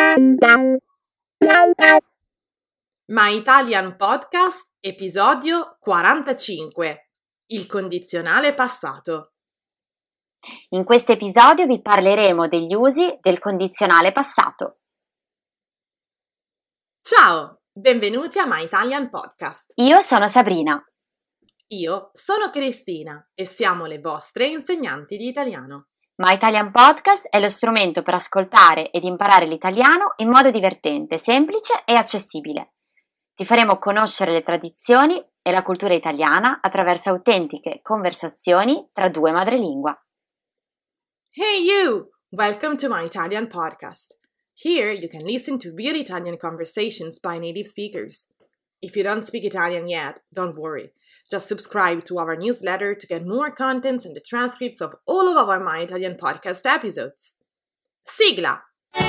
My Italian Podcast, episodio 45, il condizionale passato. In questo episodio vi parleremo degli usi del condizionale passato. Ciao, benvenuti a My Italian Podcast. Io sono Sabrina. Io sono Cristina e siamo le vostre insegnanti di italiano. My Italian Podcast è lo strumento per ascoltare ed imparare l'italiano in modo divertente, semplice e accessibile. Ti faremo conoscere le tradizioni e la cultura italiana attraverso autentiche conversazioni tra due madrelingua. Hey you! Welcome to My Italian Podcast. Here you can listen to real Italian conversations by native speakers. If you don't speak Italian yet, don't worry. Just subscribe to our newsletter to get more contents and the transcripts of all of our My Italian Podcast episodes. Sigla!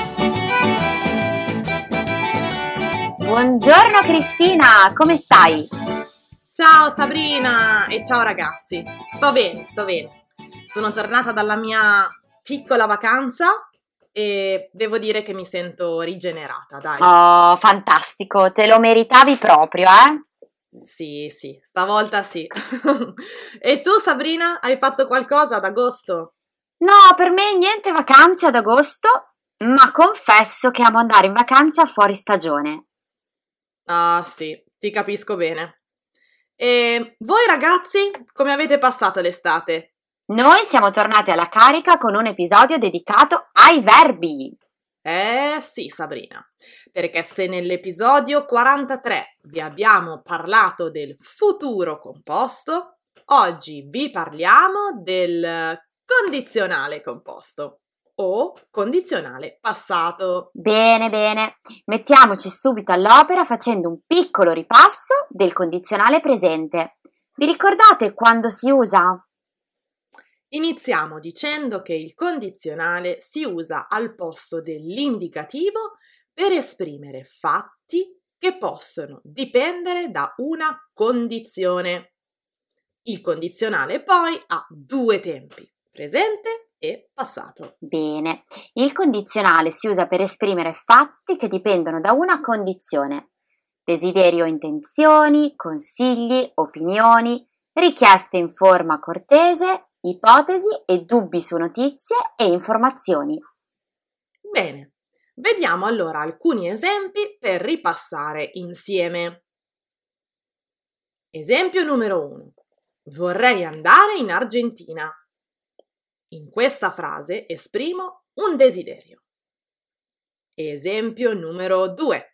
Buongiorno Cristina, come stai? Ciao Sabrina e ciao ragazzi. Sto bene. Sono tornata dalla mia piccola vacanza e devo dire che mi sento rigenerata, dai. Oh, fantastico, te lo meritavi proprio, Sì, stavolta sì. E tu Sabrina, hai fatto qualcosa ad agosto? No, per me niente vacanze ad agosto, ma confesso che amo andare in vacanza fuori stagione. Ah sì, ti capisco bene. E voi ragazzi, come avete passato l'estate? Noi siamo tornati alla carica con un episodio dedicato ai verbi. Sì, Sabrina, perché se nell'episodio 43 vi abbiamo parlato del futuro composto, oggi vi parliamo del condizionale composto o condizionale passato. Bene, mettiamoci subito all'opera facendo un piccolo ripasso del condizionale presente. Vi ricordate quando si usa? Iniziamo dicendo che il condizionale si usa al posto dell'indicativo per esprimere fatti che possono dipendere da una condizione. Il condizionale poi ha due tempi, presente e passato. Bene, il condizionale si usa per esprimere fatti che dipendono da una condizione. Desiderio o intenzioni, consigli, opinioni, richieste in forma cortese, ipotesi e dubbi su notizie e informazioni. Bene, vediamo allora alcuni esempi per ripassare insieme. Esempio numero 1. Vorrei andare in Argentina. In questa frase esprimo un desiderio. Esempio numero 2.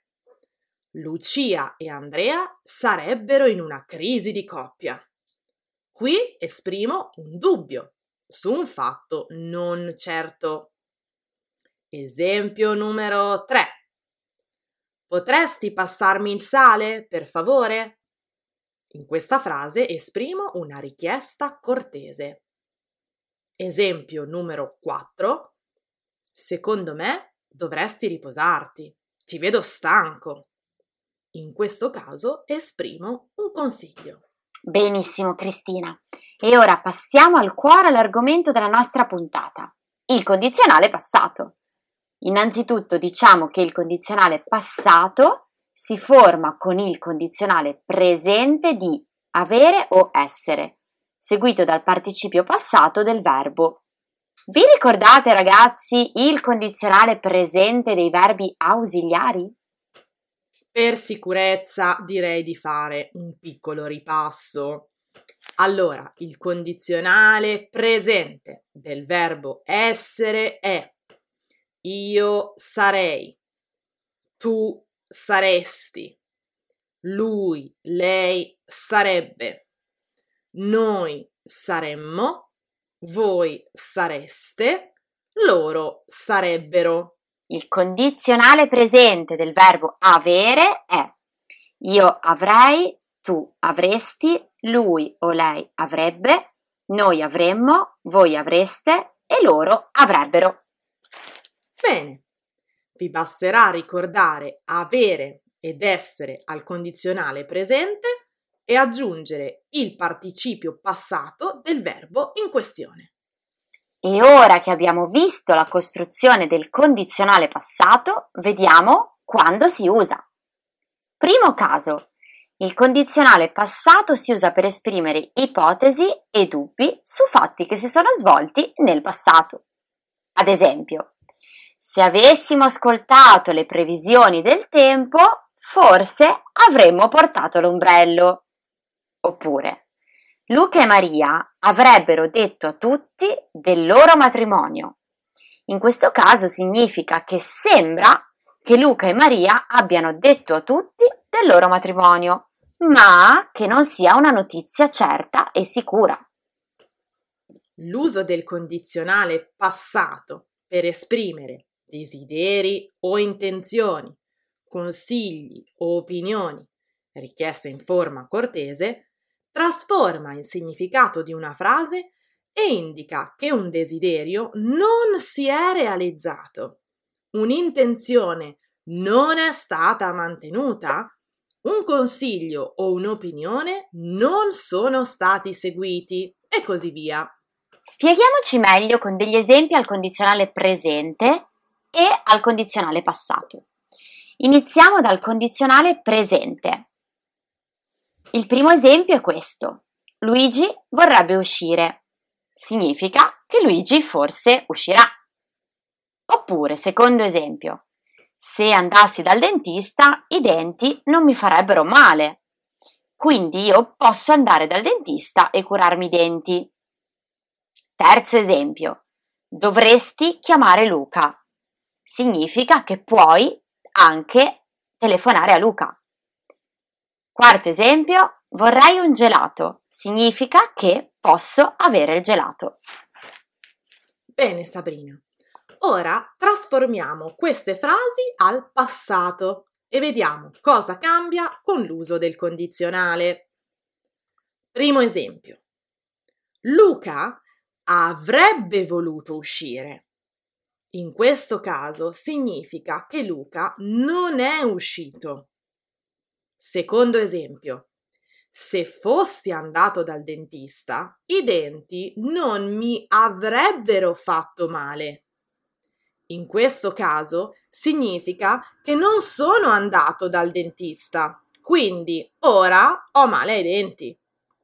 Lucia e Andrea sarebbero in una crisi di coppia. Qui esprimo un dubbio su un fatto non certo. Esempio numero 3. Potresti passarmi il sale, per favore? In questa frase esprimo una richiesta cortese. Esempio numero 4. Secondo me dovresti riposarti. Ti vedo stanco. In questo caso esprimo un consiglio. Benissimo Cristina, e ora passiamo al cuore all'argomento della nostra puntata, il condizionale passato. Innanzitutto diciamo che il condizionale passato si forma con il condizionale presente di avere o essere, seguito dal participio passato del verbo. Vi ricordate ragazzi il condizionale presente dei verbi ausiliari? Per sicurezza direi di fare un piccolo ripasso. Allora, il condizionale presente del verbo essere è io sarei, tu saresti, lui, lei sarebbe, noi saremmo, voi sareste, loro sarebbero. Il condizionale presente del verbo avere è io avrei, tu avresti, lui o lei avrebbe, noi avremmo, voi avreste e loro avrebbero. Bene, vi basterà ricordare avere ed essere al condizionale presente e aggiungere il participio passato del verbo in questione. E ora che abbiamo visto la costruzione del condizionale passato, vediamo quando si usa. Primo caso. Il condizionale passato si usa per esprimere ipotesi e dubbi su fatti che si sono svolti nel passato. Ad esempio, se avessimo ascoltato le previsioni del tempo, forse avremmo portato l'ombrello. Oppure, Luca e Maria avrebbero detto a tutti del loro matrimonio. In questo caso significa che sembra che Luca e Maria abbiano detto a tutti del loro matrimonio, ma che non sia una notizia certa e sicura. L'uso del condizionale passato per esprimere desideri o intenzioni, consigli o opinioni richieste in forma cortese, trasforma il significato di una frase e indica che un desiderio non si è realizzato, un'intenzione non è stata mantenuta, un consiglio o un'opinione non sono stati seguiti e così via. Spieghiamoci meglio con degli esempi al condizionale presente e al condizionale passato. Iniziamo dal condizionale presente. Il primo esempio è questo. Luigi vorrebbe uscire. Significa che Luigi forse uscirà. Oppure, secondo esempio, se andassi dal dentista i denti non mi farebbero male. Quindi io posso andare dal dentista e curarmi i denti. Terzo esempio, dovresti chiamare Luca. Significa che puoi anche telefonare a Luca. Quarto esempio, vorrei un gelato. Significa che posso avere il gelato. Bene, Sabrina. Ora trasformiamo queste frasi al passato e vediamo cosa cambia con l'uso del condizionale. Primo esempio. Luca avrebbe voluto uscire. In questo caso significa che Luca non è uscito. Secondo esempio. Se fossi andato dal dentista, i denti non mi avrebbero fatto male. In questo caso significa che non sono andato dal dentista, quindi ora ho male ai denti.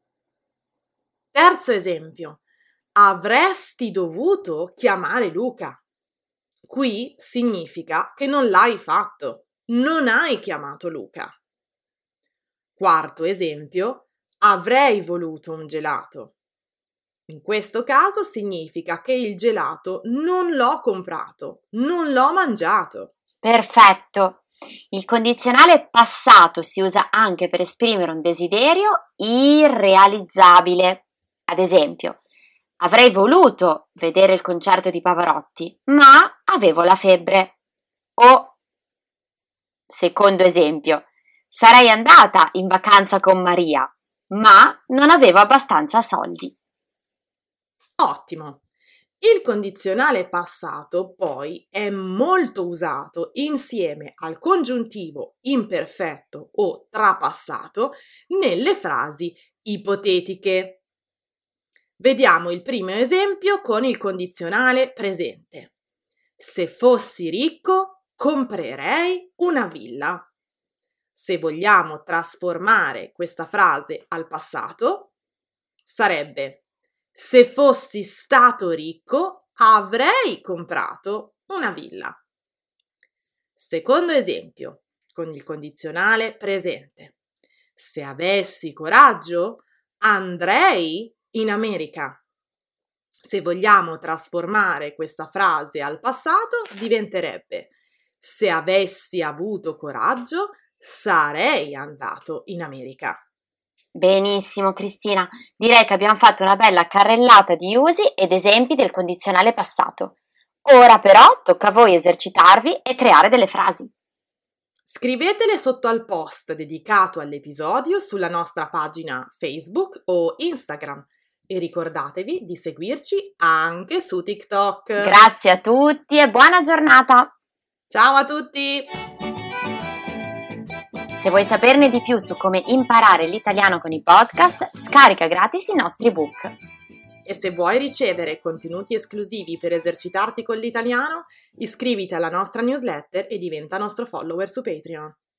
Terzo esempio. Avresti dovuto chiamare Luca. Qui significa che non l'hai fatto, non hai chiamato Luca. Quarto esempio. Avrei voluto un gelato. In questo caso significa che il gelato non l'ho comprato, non l'ho mangiato. Perfetto! Il condizionale passato si usa anche per esprimere un desiderio irrealizzabile. Ad esempio, avrei voluto vedere il concerto di Pavarotti, ma avevo la febbre. O, secondo esempio, sarei andata in vacanza con Maria, ma non avevo abbastanza soldi. Ottimo! Il condizionale passato poi è molto usato insieme al congiuntivo imperfetto o trapassato nelle frasi ipotetiche. Vediamo il primo esempio con il condizionale presente. Se fossi ricco, comprerei una villa. Se vogliamo trasformare questa frase al passato, sarebbe: se fossi stato ricco, avrei comprato una villa. Secondo esempio, con il condizionale presente. Se avessi coraggio, andrei in America. Se vogliamo trasformare questa frase al passato, diventerebbe: se avessi avuto coraggio, sarei andato in America. Benissimo, Cristina. Direi che abbiamo fatto una bella carrellata di usi ed esempi del condizionale passato. Ora però tocca a voi esercitarvi e creare delle frasi. Scrivetele sotto al post dedicato all'episodio sulla nostra pagina Facebook o Instagram e ricordatevi di seguirci anche su TikTok. Grazie a tutti e buona giornata! Ciao a tutti! Se vuoi saperne di più su come imparare l'italiano con i podcast, scarica gratis i nostri ebook. E se vuoi ricevere contenuti esclusivi per esercitarti con l'italiano, iscriviti alla nostra newsletter e diventa nostro follower su Patreon.